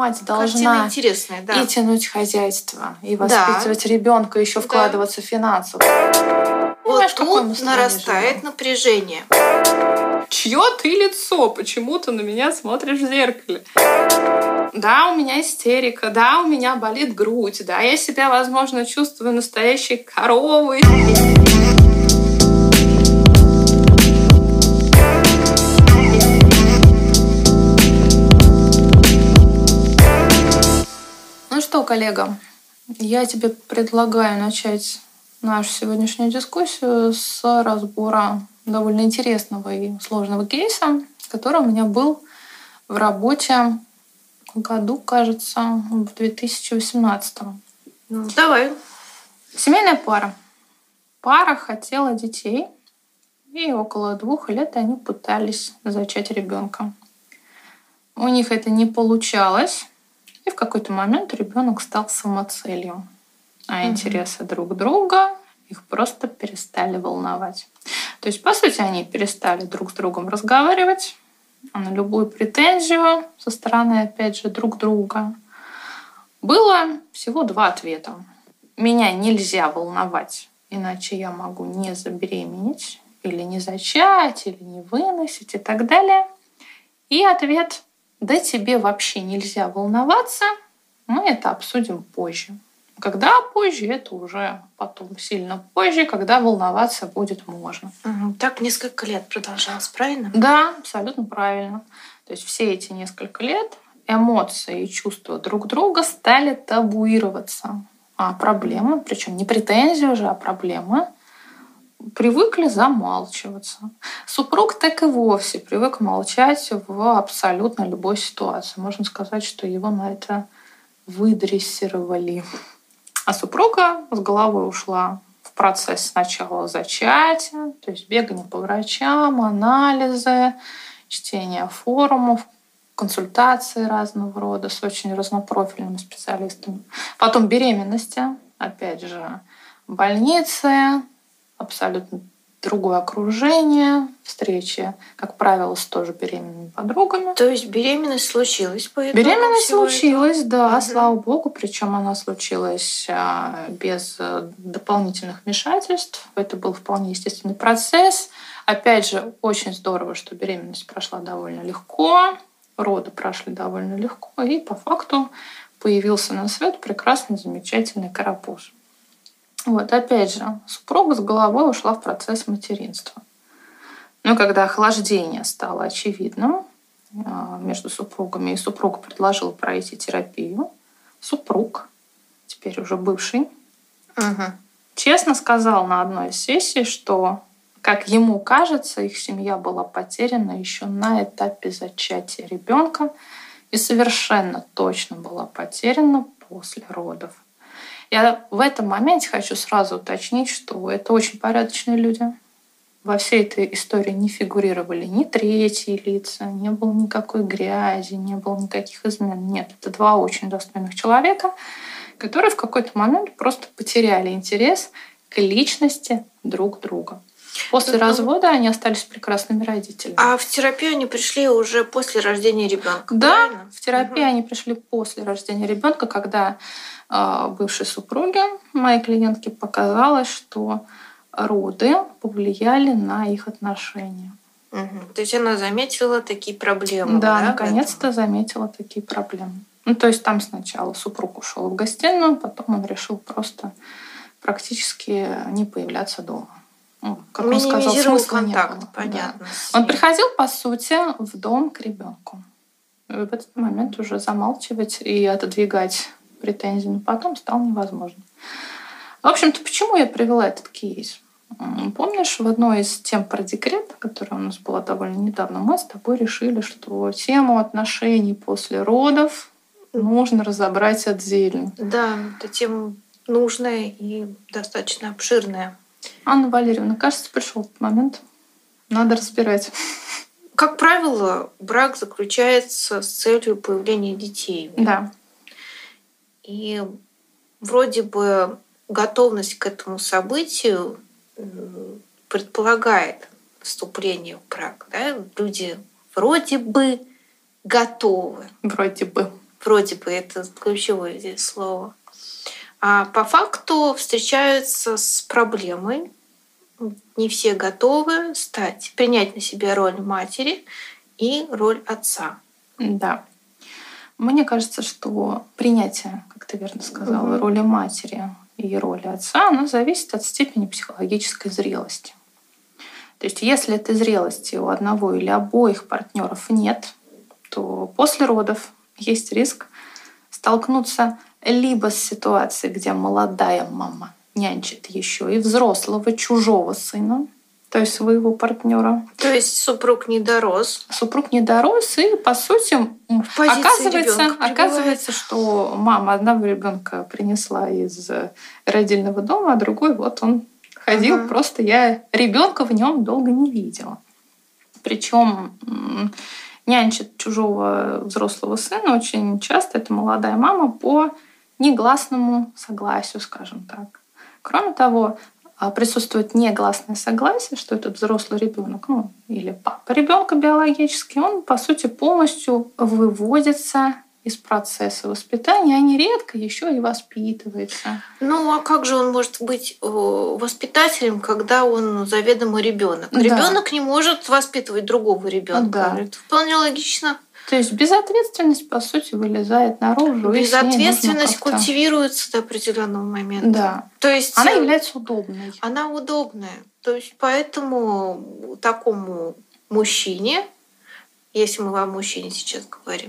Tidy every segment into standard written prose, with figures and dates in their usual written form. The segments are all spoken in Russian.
мать должна Картина интересная, да. и тянуть хозяйство, и воспитывать ребенка, еще вкладываться финансово. Вот тут нарастает напряжение. Чье ты лицо? Почему ты на меня смотришь в зеркале? Да, у меня истерика, да, у меня болит грудь, да, я себя, возможно, чувствую настоящей коровой. Ну что, коллега, я тебе предлагаю начать нашу сегодняшнюю дискуссию с разбора довольно интересного и сложного кейса, который у меня был в работе году, кажется, в 2018. Ну, давай. Семейная пара. Пара хотела детей, и около 2 лет они пытались зачать ребенка. У них это не получалось, и в какой-то момент ребенок стал самоцелью. А интересы друг друга их просто перестали волновать. То есть, по сути, они перестали друг с другом разговаривать, а на любую претензию со стороны, опять же, друг друга было всего 2 ответа. Меня нельзя волновать, иначе я могу не забеременеть, или не зачать, или не выносить и так далее. И ответ: да тебе вообще нельзя волноваться, мы это обсудим позже. Когда позже, это уже потом, сильно позже, когда волноваться будет можно. Так несколько лет продолжалось, правильно? Да, абсолютно правильно. То есть все эти несколько лет эмоции и чувства друг друга стали табуироваться. А проблемы, причем не претензии уже, а проблемы, привыкли замалчиваться. Супруг так и вовсе привык молчать в абсолютно любой ситуации. Можно сказать, что его на это выдрессировали. А супруга с головой ушла в процесс сначала зачатия, то есть бегание по врачам, анализы, чтение форумов, консультации разного рода с очень разнопрофильными специалистами. Потом беременности, опять же, больницы, абсолютно другое окружение, встречи, как правило, с тоже беременными подругами. То есть беременность случилась по итогу? Беременность случилась, да, слава богу. Причем она случилась без дополнительных вмешательств. Это был вполне естественный процесс. Опять же, очень здорово, что беременность прошла довольно легко, роды прошли довольно легко, и по факту появился на свет прекрасный, замечательный карапуз. Вот, опять же, супруга с головой ушла в процесс материнства. Но когда охлаждение стало очевидным между супругами, и супруг предложил пройти терапию, супруг, теперь уже бывший, честно сказал на одной из сессий, что, как ему кажется, их семья была потеряна еще на этапе зачатия ребенка и совершенно точно была потеряна после родов. Я в этом моменте хочу сразу уточнить, что это очень порядочные люди. Во всей этой истории не фигурировали ни третьи лица, не было никакой грязи, не было никаких измен. Нет, это 2 очень достойных человека, которые в какой-то момент просто потеряли интерес к личности друг друга. После развода они остались прекрасными родителями. А в терапию они пришли уже после рождения ребенка? Да, правильно? в терапию они пришли после рождения ребенка, когда бывшей супруге, моей клиентке, показалось, что роды повлияли на их отношения. То есть она заметила такие проблемы? Да, наконец-то заметила такие проблемы. Ну, то есть там сначала супруг ушел в гостиную, потом он решил просто практически не появляться дома. Ну, как он сказал, смысла контакт, не было. понятно. Да. Он приходил, по сути, в дом к ребенку. И в этот момент уже замалчивать и отодвигать претензии на потом стало невозможно. В общем-то, почему я привела этот кейс? Помнишь, в одной из тем про декрет, которая у нас была довольно недавно, мы с тобой решили, что тему отношений после родов нужно разобрать отдельно. Да, эта тема нужная и достаточно обширная. Анна Валерьевна, кажется, пришел этот момент. Надо разбирать. Как правило, брак заключается с целью появления детей. Да. И вроде бы готовность к этому событию предполагает вступление в брак. Да? Люди вроде бы готовы. Вроде бы. вроде бы это ключевое здесь слово, а по факту встречаются с проблемой. Не все готовы принять на себя роль матери и роль отца. Да. Мне кажется, что принятие, как ты верно сказала, роли матери и роли отца, оно зависит от степени психологической зрелости. То есть если этой зрелости у одного или обоих партнеров нет, то после родов есть риск столкнуться либо с ситуацией, где молодая мама нянчит еще и взрослого чужого сына, то есть своего партнера. То есть супруг не дорос. Супруг не дорос, и по сути оказывается, что мама одного ребенка принесла из родильного дома, а другой вот он ходил, просто я ребенка в нем долго не видела. Причем нянчит чужого взрослого сына очень часто это молодая мама по негласному согласию, скажем так. Кроме того, присутствует негласное согласие, что этот взрослый ребенок, или папа ребенка биологический, он по сути полностью выводится из процесса воспитания, а нередко еще и воспитывается. А как же он может быть воспитателем, когда он заведомо ребенок? Да. Ребенок не может воспитывать другого ребенка. Да. Это вполне логично. То есть безответственность, по сути, вылезает наружу. Безответственность культивируется до определенного момента. Да. То есть она является удобной. Она удобная. То есть поэтому такому мужчине, если мы о мужчине сейчас говорим,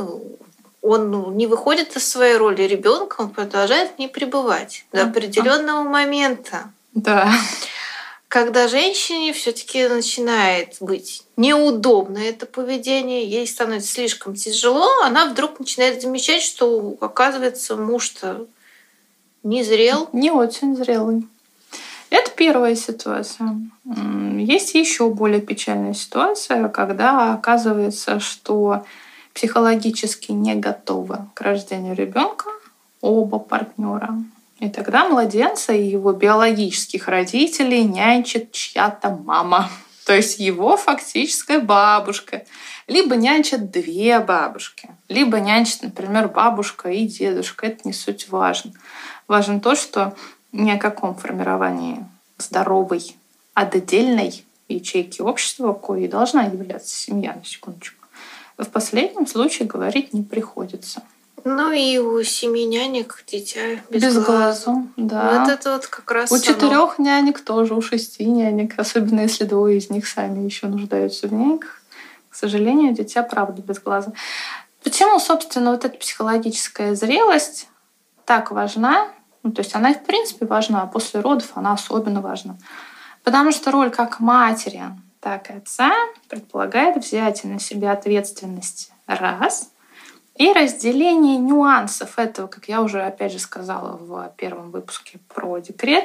он не выходит из своей роли ребенка, он продолжает в ней пребывать до определенного момента. Да. Когда женщине все-таки начинает быть неудобно это поведение, ей становится слишком тяжело, она вдруг начинает замечать, что, оказывается, муж-то не зрел. Не очень зрелый. Это первая ситуация. Есть еще более печальная ситуация, когда оказывается, что психологически не готовы к рождению ребенка оба партнера. И тогда младенца и его биологических родителей нянчит чья-то мама. То есть его фактическая бабушка. Либо нянчат две бабушки. Либо нянчат, например, бабушка и дедушка. Это не суть важно. Важно то, что ни о каком формировании здоровой, отдельной ячейки общества, коей должна являться семья, на секундочку, в последнем случае говорить не приходится. И у 7 нянек дитя без глазу. Да. Вот это вот как раз у 4 нянек тоже, у 6 нянек, особенно если 2 из них сами еще нуждаются в няньках. К сожалению, дитя правда без глаза. Почему, собственно, вот эта психологическая зрелость так важна? То есть она и в принципе важна, а после родов она особенно важна. Потому что роль как матери, так и отца предполагает взятие на себя ответственности. Раз. И разделение нюансов этого, как я уже опять же сказала в первом выпуске про декрет,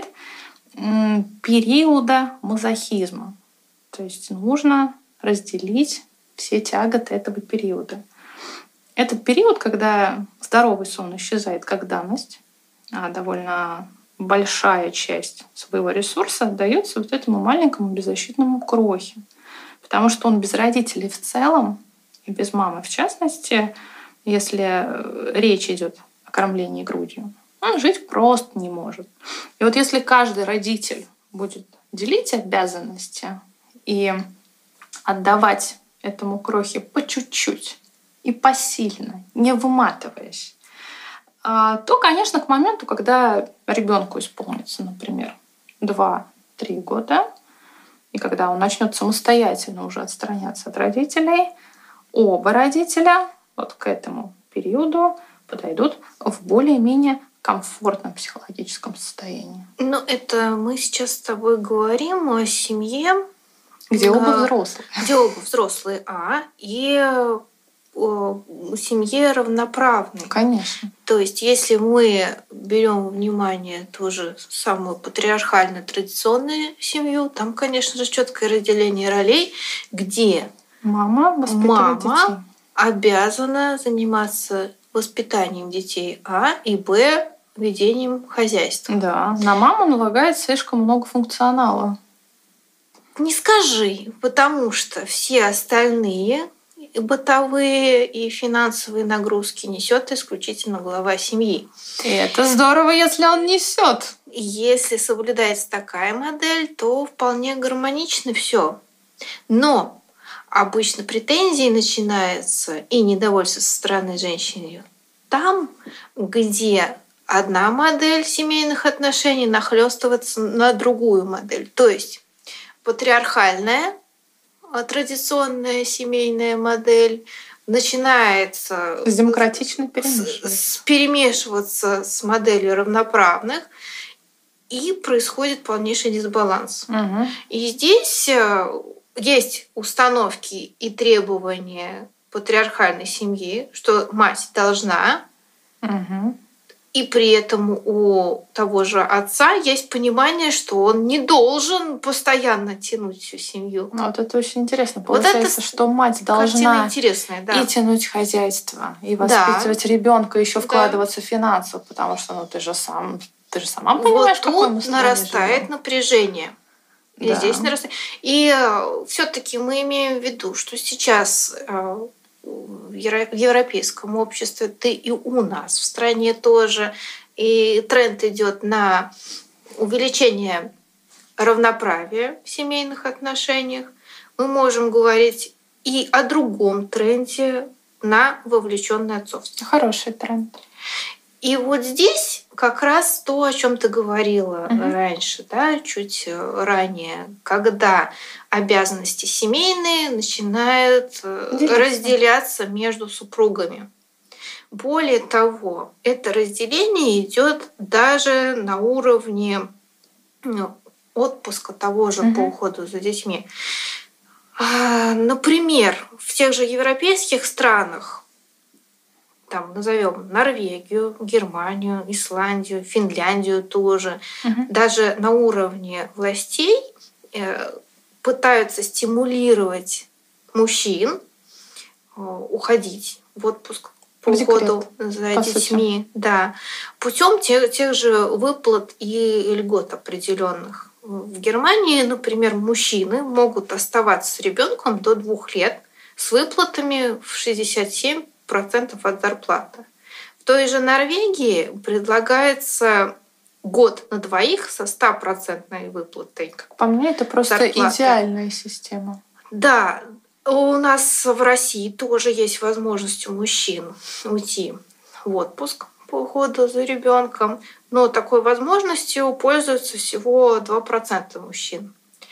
периода мазохизма. То есть нужно разделить все тяготы этого периода. Этот период, когда здоровый сон исчезает как данность, а довольно большая часть своего ресурса отдается вот этому маленькому беззащитному крохе. Потому что он без родителей в целом и без мамы в частности, если речь идет о кормлении грудью, он жить просто не может. И вот если каждый родитель будет делить обязанности и отдавать этому крохе по чуть-чуть и посильно, не выматываясь, то, конечно, к моменту, когда ребенку исполнится, например, 2-3 года, и когда он начнет самостоятельно уже отстраняться от родителей, оба родителя вот к этому периоду подойдут в более-менее комфортном психологическом состоянии. Это мы сейчас с тобой говорим о семье, где оба взрослые. Где оба взрослые, и о семье равноправной. Конечно. То есть, если мы берем во внимание ту же самую патриархально традиционную семью, там, конечно же, четкое разделение ролей, где мама воспитывает детей. Обязана заниматься воспитанием детей, и б, ведением хозяйства. Да, на маму налагает слишком много функционала. Не скажи, потому что все остальные и бытовые, и финансовые нагрузки несет исключительно глава семьи. И это здорово, если он несет. Если соблюдается такая модель, то вполне гармонично все. Но обычно претензии начинаются и недовольство со стороны женщины там, где одна модель семейных отношений нахлёстывается на другую модель. То есть патриархальная, традиционная семейная модель начинается Демократично перемешиваться с моделью равноправных, и происходит полнейший дисбаланс. Угу. И здесь есть установки и требования патриархальной семьи, что мать должна, и при этом у того же отца есть понимание, что он не должен постоянно тянуть всю семью. Вот это очень интересно. Получается, что мать должна и тянуть хозяйство, и воспитывать ребенка, еще вкладываться в финансы, потому что ты же сама понимаешь, какой мы стране нарастает живем. Напряжение. И здесь нарастает. И все-таки мы имеем в виду, что сейчас в европейском обществе, да и у нас в стране тоже, и тренд идет на увеличение равноправия в семейных отношениях. Мы можем говорить и о другом тренде на вовлеченное отцовство. Хороший тренд. И вот здесь как раз то, о чем ты говорила раньше, чуть ранее, когда обязанности семейные начинают разделяться между супругами. Более того, это разделение идет даже на уровне отпуска того же по уходу за детьми. Например, в тех же европейских странах, там назовем Норвегию, Германию, Исландию, Финляндию тоже, даже на уровне властей пытаются стимулировать мужчин уходить в отпуск по уходу за детьми, путем тех же выплат и льгот определенных. В Германии, например, мужчины могут оставаться с ребенком до 2 лет с выплатами в 67% от зарплаты. В той же Норвегии предлагается год на 2 со 100% выплатой. Как по мне, это просто идеальная система. Да, у нас в России тоже есть возможность у мужчин уйти в отпуск по уходу за ребенком, но такой возможностью пользуются всего 2% мужчин.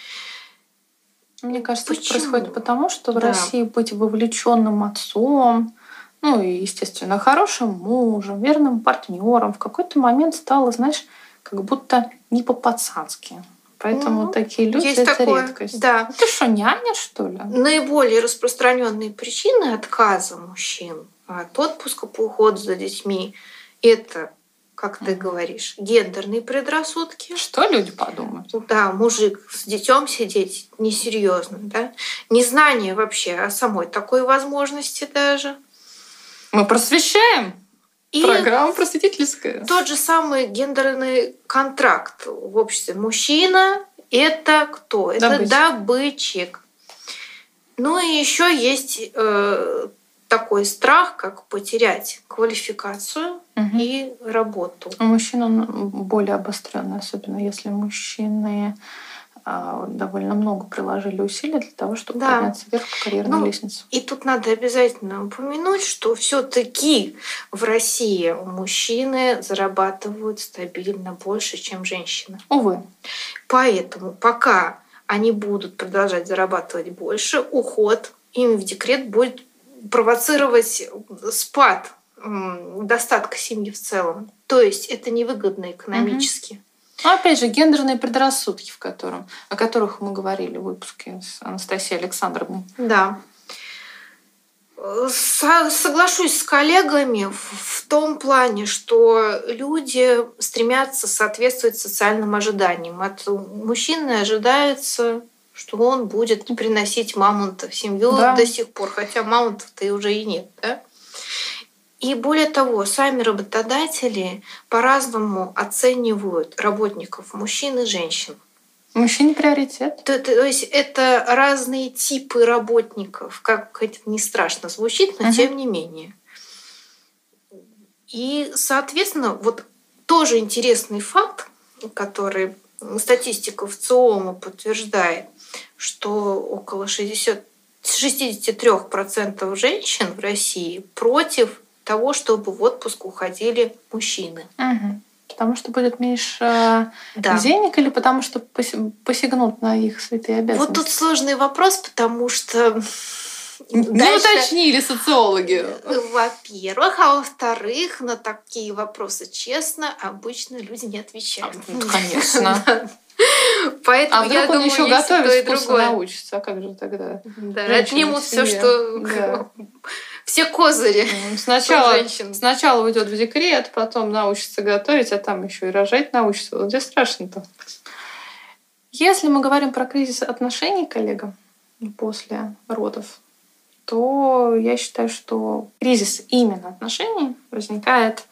Мне кажется, это происходит потому, что в России быть вовлеченным отцом, и, естественно, хорошим мужем, верным партнером в какой-то момент стало, знаешь, как будто не по-пацански. Поэтому такие люди — это редкость. Да. Ты что, няня, что ли? Наиболее распространенные причины отказа мужчин от отпуска по уходу за детьми — это, как ты говоришь, гендерные предрассудки. Что люди подумают? Да, мужик с детем сидеть несерьезно, незнание вообще о самой такой возможности даже. Мы просвещаем. Программа просветительская. Тот же самый гендерный контракт в обществе. Мужчина — это кто? Это добытчик. Ну и еще есть такой страх, как потерять квалификацию и работу. У мужчин он более обостренный, особенно если мужчины довольно много приложили усилий для того, чтобы подняться вверх по карьерной лестнице. И тут надо обязательно упомянуть, что все-таки в России мужчины зарабатывают стабильно больше, чем женщины. Увы. Поэтому пока они будут продолжать зарабатывать больше, уход ими в декрет будет провоцировать спад достатка семьи в целом. То есть это невыгодно экономически. Но опять же, гендерные предрассудки, о которых мы говорили в выпуске с Анастасией Александровной. Да. Соглашусь с коллегами в том плане, что люди стремятся соответствовать социальным ожиданиям. От мужчины ожидается, что он будет приносить мамонта в семью до сих пор, хотя мамонтов-то и уже и нет. Да? И более того, сами работодатели по-разному оценивают работников, мужчин и женщин. Мужчине приоритет. То есть это разные типы работников, как это не страшно звучит, но тем не менее. И, соответственно, вот тоже интересный факт, который статистика ВЦИОМа подтверждает, что около 63% женщин в России против того, чтобы в отпуск уходили мужчины. Угу. Потому что будет меньше денег или потому что посягнут на их святые обязанности? Вот тут сложный вопрос, потому что... Не уточнили социологи. Во-первых, а во-вторых, на такие вопросы честно обычно люди не отвечают. Конечно. Поэтому а вдруг я он думаю, еще готовить вкусно другое. научится, а как же тогда? Да, отнимут все, что... Все козыри. Сначала уйдет в декрет, потом научится готовить, а там еще и рожать научится. Вот где страшно-то. Если мы говорим про кризис отношений к коллегам после родов, то я считаю, что кризис именно отношений возникает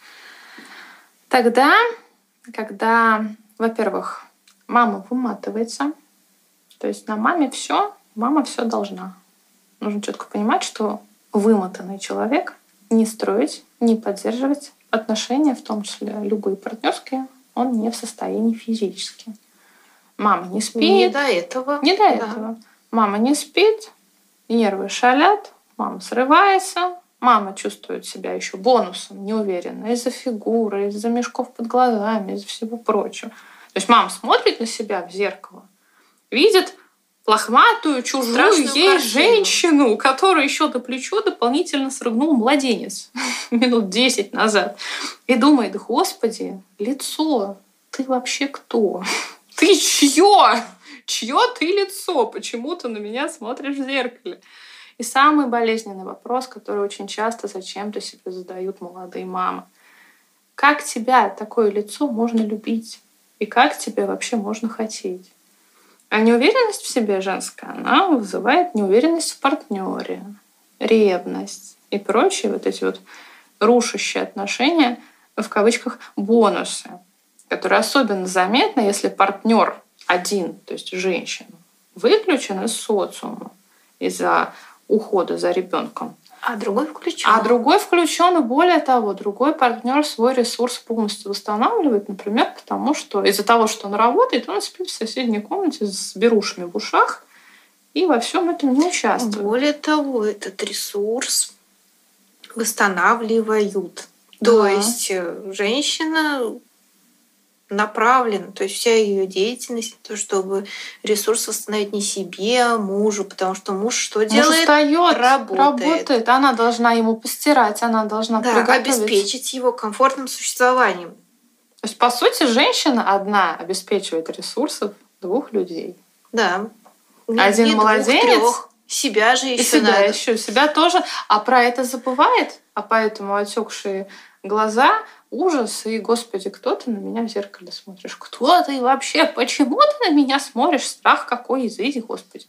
тогда, когда, во-первых, мама выматывается, то есть на маме все, мама все должна. Нужно четко понимать, что вымотанный человек не строить, не поддерживать отношения, в том числе любые партнерские, он не в состоянии физически. Мама не спит. Не до этого. Не до этого. Мама не спит, нервы шалят, мама срывается, мама чувствует себя еще бонусом неуверенно из-за фигуры, из-за мешков под глазами, из-за всего прочего. То есть мама смотрит на себя в зеркало, видит лохматую, чужую страшную ей картину. женщину, которую еще до плечо дополнительно срыгнул младенец минут 10 назад. И думает: Господи, лицо, ты вообще кто? Ты чье? Чье ты лицо? Почему ты на меня смотришь в зеркале? И самый болезненный вопрос, который очень часто зачем-то себе задают молодые мамы. Как тебя, такое лицо, можно любить? И как тебя вообще можно хотеть? А неуверенность в себе женская, она вызывает неуверенность в партнере, ревность и прочие вот эти вот рушащие отношения, в кавычках, бонусы, которые особенно заметны, если партнер один, то есть женщина, выключен из социума из-за ухода за ребенком. А другой включен. А другой включен, и более того, другой партнер свой ресурс полностью восстанавливает, например, потому что из-за того, что он работает, он спит в соседней комнате с берушами в ушах и во всем этом не участвует. Более того, этот ресурс восстанавливают. Да. То есть женщина направлена, то есть вся ее деятельность на то, чтобы ресурс восстановить не себе, а мужу, потому что муж что делает? Устает, работает. Она должна ему постирать, она должна приготовить. Обеспечить его комфортным существованием. То есть, по сути, женщина одна обеспечивает ресурсов двух людей. Да. Один не младенец. Двух, себя же еще себя надо. еще, себя тоже. А про это забывает. А поэтому отекшие глаза, ужас, и, Господи, кто ты на меня в зеркале смотришь? Кто ты вообще? Почему ты на меня смотришь? Страх какой, изыди, Господи.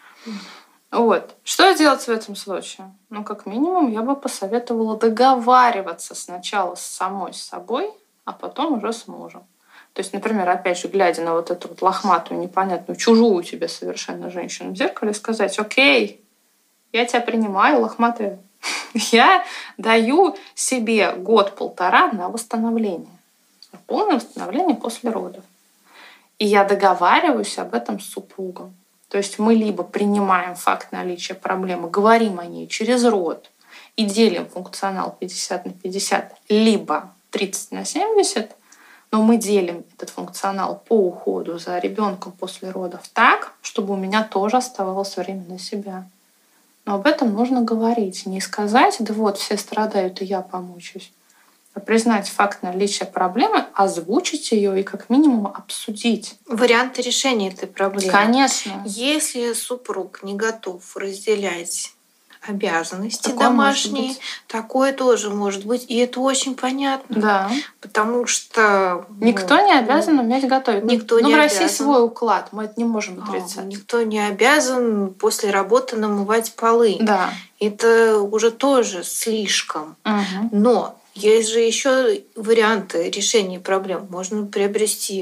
Вот. Что делать в этом случае? Ну, как минимум, я бы посоветовала договариваться сначала с самой собой, а потом уже с мужем. То есть, например, опять же, глядя на вот эту вот лохматую, непонятную, чужую тебе совершенно женщину в зеркале, сказать: окей, я тебя принимаю, лохматая. Я даю себе год-полтора на восстановление. Полное восстановление после родов. И я договариваюсь об этом с супругом. То есть мы либо принимаем факт наличия проблемы, говорим о ней через род и делим функционал 50 на 50, либо 30 на 70, но мы делим этот функционал по уходу за ребенком после родов так, чтобы у меня тоже оставалось время на себя. Но об этом нужно говорить. Не сказать: да вот, все страдают, и я помучаюсь. А признать факт наличия проблемы, озвучить ее и как минимум обсудить. Варианты решения этой проблемы. Конечно. Если супруг не готов разделять обязанности домашние, такое тоже может быть. И это очень понятно. Да. Потому что... Никто не обязан уметь готовить. Никто не в обязан. России свой уклад, мы это не можем отрицать. Никто не обязан после работы намывать полы. Да. Это уже тоже слишком. Но есть же еще варианты решения проблем. Можно приобрести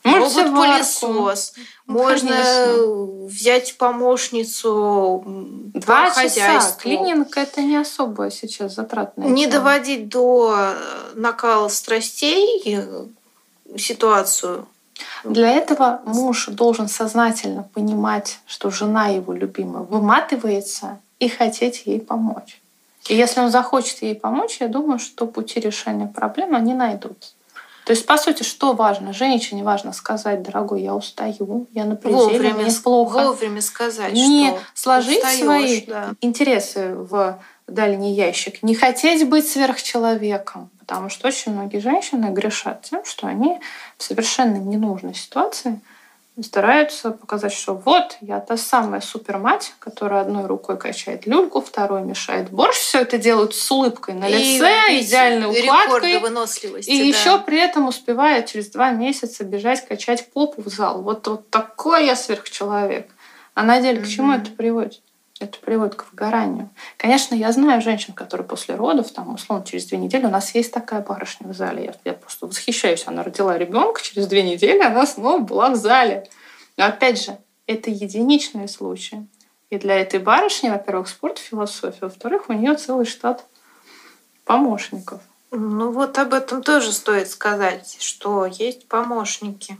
Мультиварку. робот-пылесос. Можно Конечно. взять помощницу 2 по часа. хозяйству. Клининг — это не особо сейчас затратная Не тема. доводить до накала страстей ситуацию. Для этого муж должен сознательно понимать, что жена его любимая выматывается, и хотеть ей помочь. И если он захочет ей помочь, я думаю, что пути решения проблем они найдутся. То есть, по сути, что важно? Женщине важно сказать: дорогой, я устаю, я на пределе, мне плохо. Вовремя сказать, Не что сложить устаёшь, свои да. интересы в дальний ящик, не хотеть быть сверхчеловеком, потому что очень многие женщины грешат тем, что они в совершенно ненужной ситуации стараются показать, что вот я та самая супермать, которая одной рукой качает люльку, второй мешает борщ. Все это делают с улыбкой на лице, идеальной укладкой. Рекорды выносливости. И еще при этом успевает через 2 месяца бежать, качать попу в зал. Вот такой я сверхчеловек. А на деле к чему это приводит? Это приводит к выгоранию. Конечно, я знаю женщин, которые после родов, там, условно, через 2 недели, у нас есть такая барышня в зале. Я просто восхищаюсь. Она родила ребенка, через 2 недели она снова была в зале. Но опять же, это единичные случаи. И для этой барышни, во-первых, спорт, философия, во-вторых, у нее целый штат помощников. Ну вот об этом тоже стоит сказать, что есть помощники.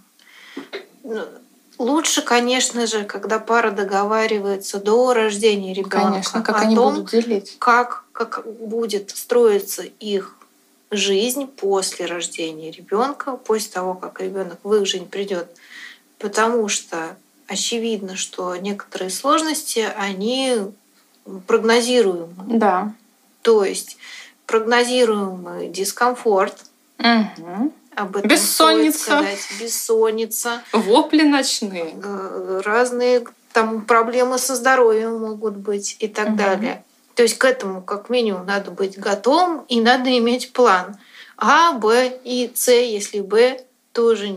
Лучше, конечно же, когда пара договаривается до рождения ребенка, Конечно, как о они том, будут делить. как будет строиться их жизнь после рождения ребенка, после того, как ребенок в их жизнь придет. Потому что очевидно, что некоторые сложности, они прогнозируемы. Да. То есть прогнозируемый дискомфорт, Угу. об этом Бессонница. стоит сказать, бессонница, Вопли ночные. разные там проблемы со здоровьем могут быть и так далее. То есть к этому как минимум надо быть готовым и надо иметь план А, Б и С, если Б тоже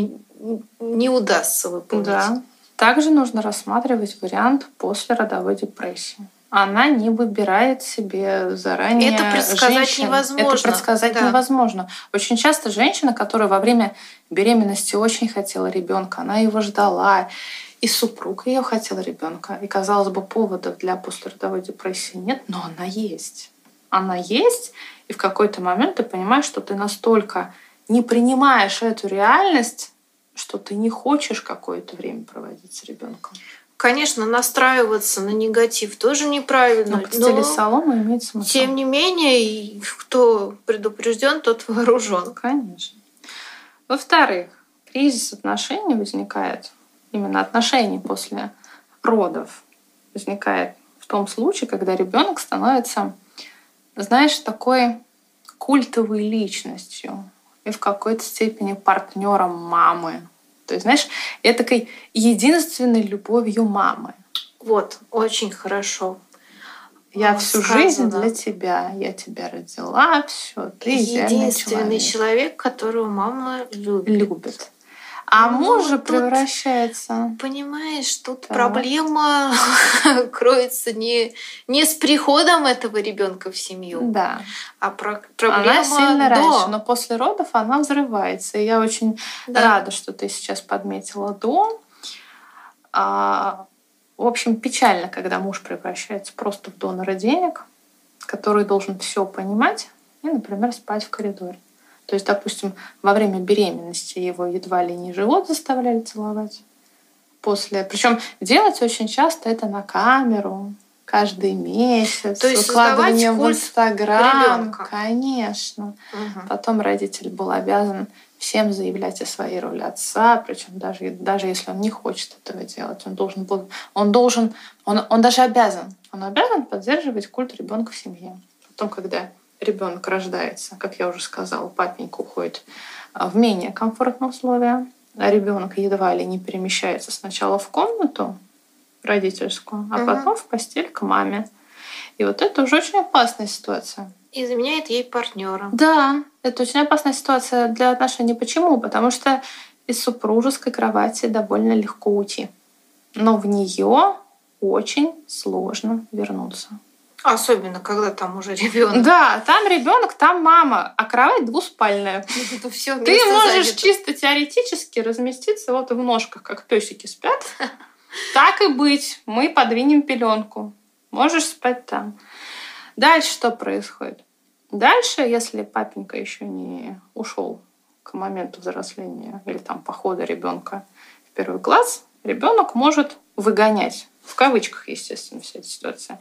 не удастся выполнить. Да. Также нужно рассматривать вариант послеродовой депрессии. Она не выбирает себе заранее Это предсказать женщин. невозможно. Это предсказать Да. невозможно. Очень часто женщина, которая во время беременности очень хотела ребенка, она его ждала, и супруг ее хотел ребенка, и, казалось бы, поводов для послеродовой депрессии нет, но она есть. Она есть, и в какой-то момент ты понимаешь, что ты настолько не принимаешь эту реальность, что ты не хочешь какое-то время проводить с ребенком. Конечно, настраиваться на негатив тоже неправильно. Но постели солому имеет смысл. Тем не менее, кто предупрежден, тот вооружен. Конечно. Во-вторых, кризис отношений возникает, именно отношений после родов, возникает в том случае, когда ребенок становится, знаешь, такой культовой личностью и в какой-то степени партнером мамы. То есть, знаешь, я такой единственной любовью мамы. Вот, очень хорошо. Я всю жизнь для тебя. Я тебя родила, все, ты идеальный единственный человек, которого мама любит. А муж же превращается... Понимаешь, тут проблема кроется не с приходом этого ребенка в семью, да. а проблема она сильно раньше, но после родов она взрывается. И я очень рада, что ты сейчас подметила до. В общем, печально, когда муж превращается просто в донора денег, который должен все понимать и, например, спать в коридоре. То есть, допустим, во время беременности его едва ли не живот заставляли целовать. Причем делать очень часто это на камеру, каждый месяц, то есть выкладыванием в Инстаграм. Ребенка. Конечно. Потом родитель был обязан всем заявлять о своей роли отца, причем даже если он не хочет этого делать, он даже обязан поддерживать культ ребенка в семье. Потом, когда ребенок рождается, как я уже сказала, папенька уходит в менее комфортные условия, а ребенок едва ли не перемещается сначала в комнату родительскую, а потом в постель к маме. И вот это уже очень опасная ситуация. И заменяет ей партнера. Да, это очень опасная ситуация для отношений. Почему? Потому что из супружеской кровати довольно легко уйти. Но в нее очень сложно вернуться. Особенно, когда там уже ребенок. Да, там ребенок, там мама, а кровать двуспальная. Ты можешь чисто теоретически разместиться вот в ножках, как песики спят. Так и быть, мы подвинем пеленку. Можешь спать там. Дальше что происходит? Дальше, если папенька еще не ушел к моменту взросления или там похода ребенка в первый класс, ребенок может выгонять, в кавычках, естественно, вся эта ситуация,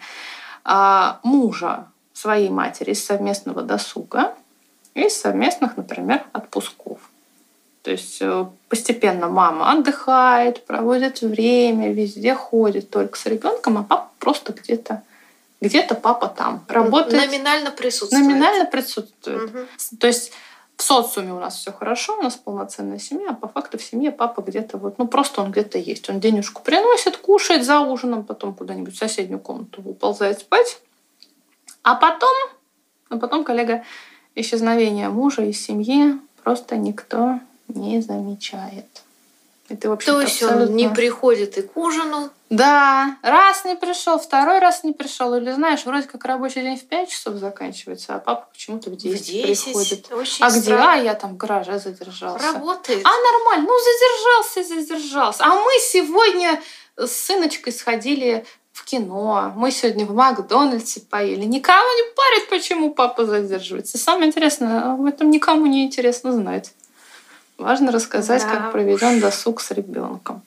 мужа своей матери из совместного досуга и из совместных, например, отпусков. То есть постепенно мама отдыхает, проводит время, везде ходит только с ребенком, а папа просто где-то папа там работает. Номинально присутствует. Номинально присутствует. Угу. То есть в социуме у нас все хорошо, у нас полноценная семья, а по факту в семье папа где-то просто он где-то есть. Он денежку приносит, кушает за ужином, потом куда-нибудь в соседнюю комнату уползает спать. А потом, коллега, исчезновение мужа из семьи просто никто не замечает. И ты, то есть он не приходит и к ужину? Да, раз не пришел, второй раз не пришел. Или знаешь, вроде как рабочий день в 5 часов заканчивается, а папа почему-то в 10 приходит. Очень а странно. Где? А я там в гараже задержался. Работает. А нормально, задержался. А мы сегодня с сыночкой сходили в кино, мы сегодня в Макдональдсе поели. Никого не парит, почему папа задерживается. Самое интересное, об этом никому не интересно знать. Важно рассказать, как проведен досуг с ребенком.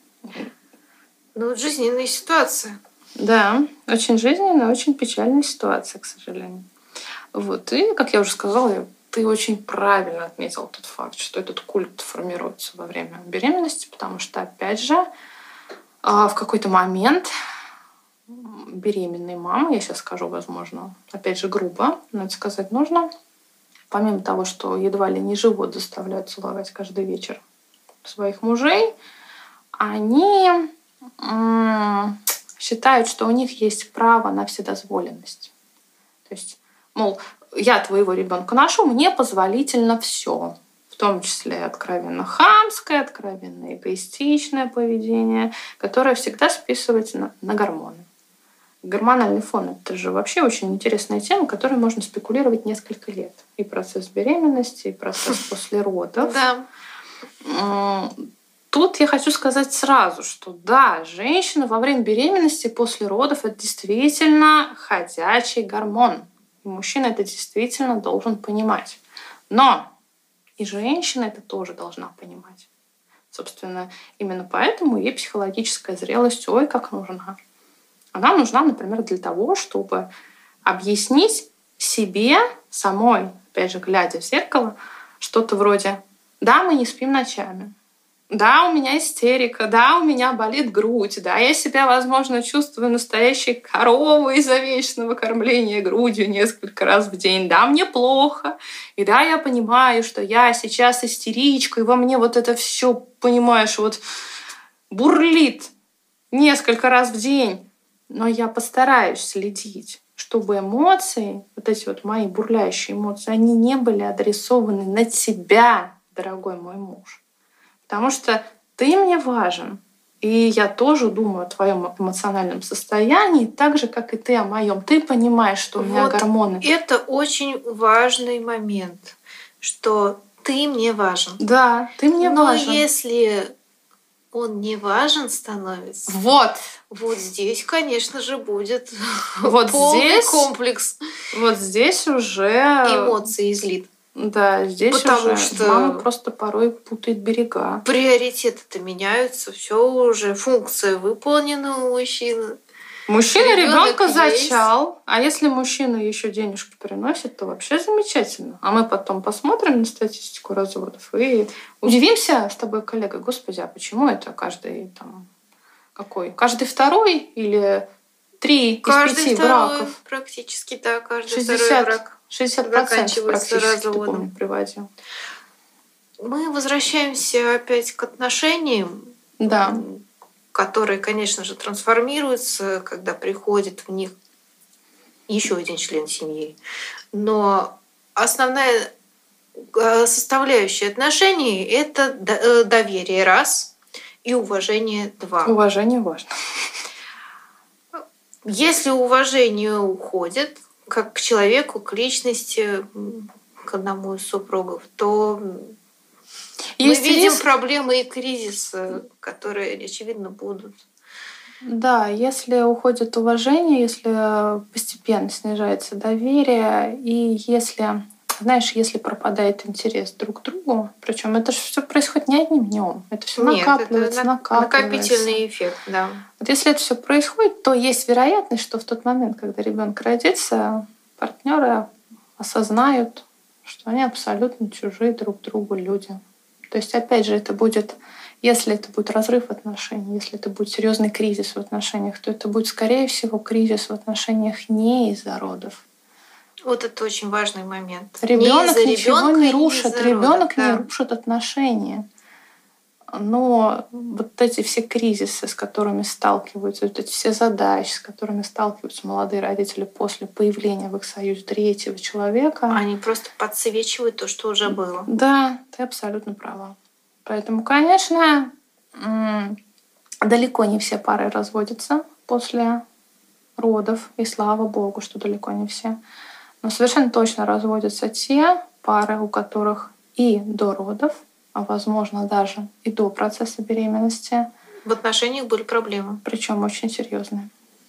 Жизненная ситуация. Да, очень жизненная, очень печальная ситуация, к сожалению. Вот. И, как я уже сказала, ты очень правильно отметил тот факт, что этот культ формируется во время беременности, потому что, опять же, в какой-то момент беременной мамы, я сейчас скажу, возможно, опять же, грубо, но это сказать нужно, помимо того, что едва ли не живот заставляют целовать каждый вечер своих мужей, они считают, что у них есть право на вседозволенность. То есть, мол, я твоего ребенка ношу, мне позволительно все, в том числе откровенно хамское, откровенно эгоистичное поведение, которое всегда списывается на гормоны. Гормональный фон – это же вообще очень интересная тема, которой можно спекулировать несколько лет. И процесс беременности, и процесс после родов. Да. Тут я хочу сказать сразу, что да, женщина во время беременности после родов – это действительно ходячий гормон. И мужчина это действительно должен понимать. Но и женщина это тоже должна понимать. Собственно, именно поэтому ей психологическая зрелость ой как нужна. Она нужна, например, для того, чтобы объяснить себе самой, опять же, глядя в зеркало, что-то вроде «да, мы не спим ночами», «да, у меня истерика», «да, у меня болит грудь», «да, я себя, возможно, чувствую настоящей коровой из-за вечного кормления грудью несколько раз в день», «да, мне плохо», и «да, я понимаю, что я сейчас истеричка, и во мне вот это все, понимаешь, вот бурлит несколько раз в день». Но я постараюсь следить, чтобы эмоции, вот эти вот мои бурлящие эмоции, они не были адресованы на тебя, дорогой мой муж. Потому что ты мне важен. И я тоже думаю о твоем эмоциональном состоянии, так же, как и ты о моем. Ты понимаешь, что у меня гормоны. Это очень важный момент, что ты мне важен. Да, ты мне важен. Но если он не важен становится. Вот здесь, конечно же, будет полный комплекс. Вот здесь уже эмоции излит. Да, здесь потому уже что мама просто порой путает берега. Приоритеты-то меняются, все уже, функция выполнена у мужчины. Мужчина ребенка зачал, а если мужчина еще денежки приносит, то вообще замечательно. А мы потом посмотрим на статистику разводов и удивимся с тобой, коллега, господи, а почему это каждый второй или 3 из 5 браков? Практически, да, каждый второй брак 60% практически разводом. Ты, помню, приводил. Мы возвращаемся опять к отношениям. Да. Которые, конечно же, трансформируются, когда приходит в них еще один член семьи. Но основная составляющая отношений – это доверие, раз, и уважение, два. Уважение важно. Если уважение уходит как к человеку, к личности, к одному из супругов, то мы видим проблемы и кризисы, которые, очевидно, будут. Да, если уходит уважение, если постепенно снижается доверие, и если, знаешь, если пропадает интерес друг к другу, причем это же все происходит не одним днем, это все накапливается, накопительный эффект, да. Вот если это все происходит, то есть вероятность, что в тот момент, когда ребенок родится, партнеры осознают, что они абсолютно чужие друг другу люди. То есть, опять же, это будет, если это будет разрыв отношений, если это будет серьезный кризис в отношениях, то это будет, скорее всего, кризис в отношениях не из-за родов. Вот это очень важный момент. Ребенок ничего не рушит, ребенок не рушит отношения. Но вот эти все кризисы, с которыми сталкиваются, вот эти все задачи, с которыми сталкиваются молодые родители после появления в их союзе третьего человека... Они просто подсвечивают то, что уже было. Да, ты абсолютно права. Поэтому, конечно, далеко не все пары разводятся после родов, и слава богу, что далеко не все. Но совершенно точно разводятся те пары, у которых и до родов, а возможно даже и до процесса беременности в отношениях были проблемы. Причем очень серьезные.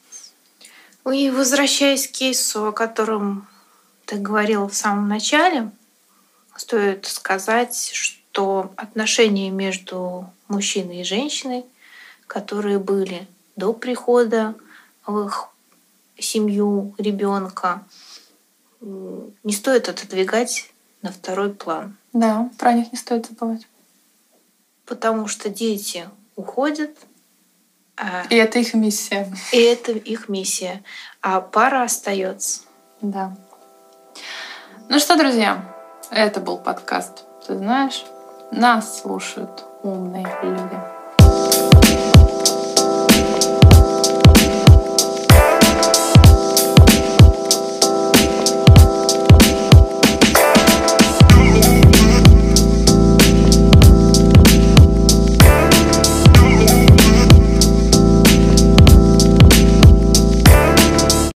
И возвращаясь к кейсу, о котором ты говорила в самом начале, стоит сказать, что отношения между мужчиной и женщиной, которые были до прихода в их семью ребенка, не стоит отодвигать на второй план. Да, про них не стоит забывать. Потому что дети уходят. И это их миссия. И это их миссия. А пара остается. Да. Ну что, друзья, это был подкаст. Ты знаешь, нас слушают умные люди.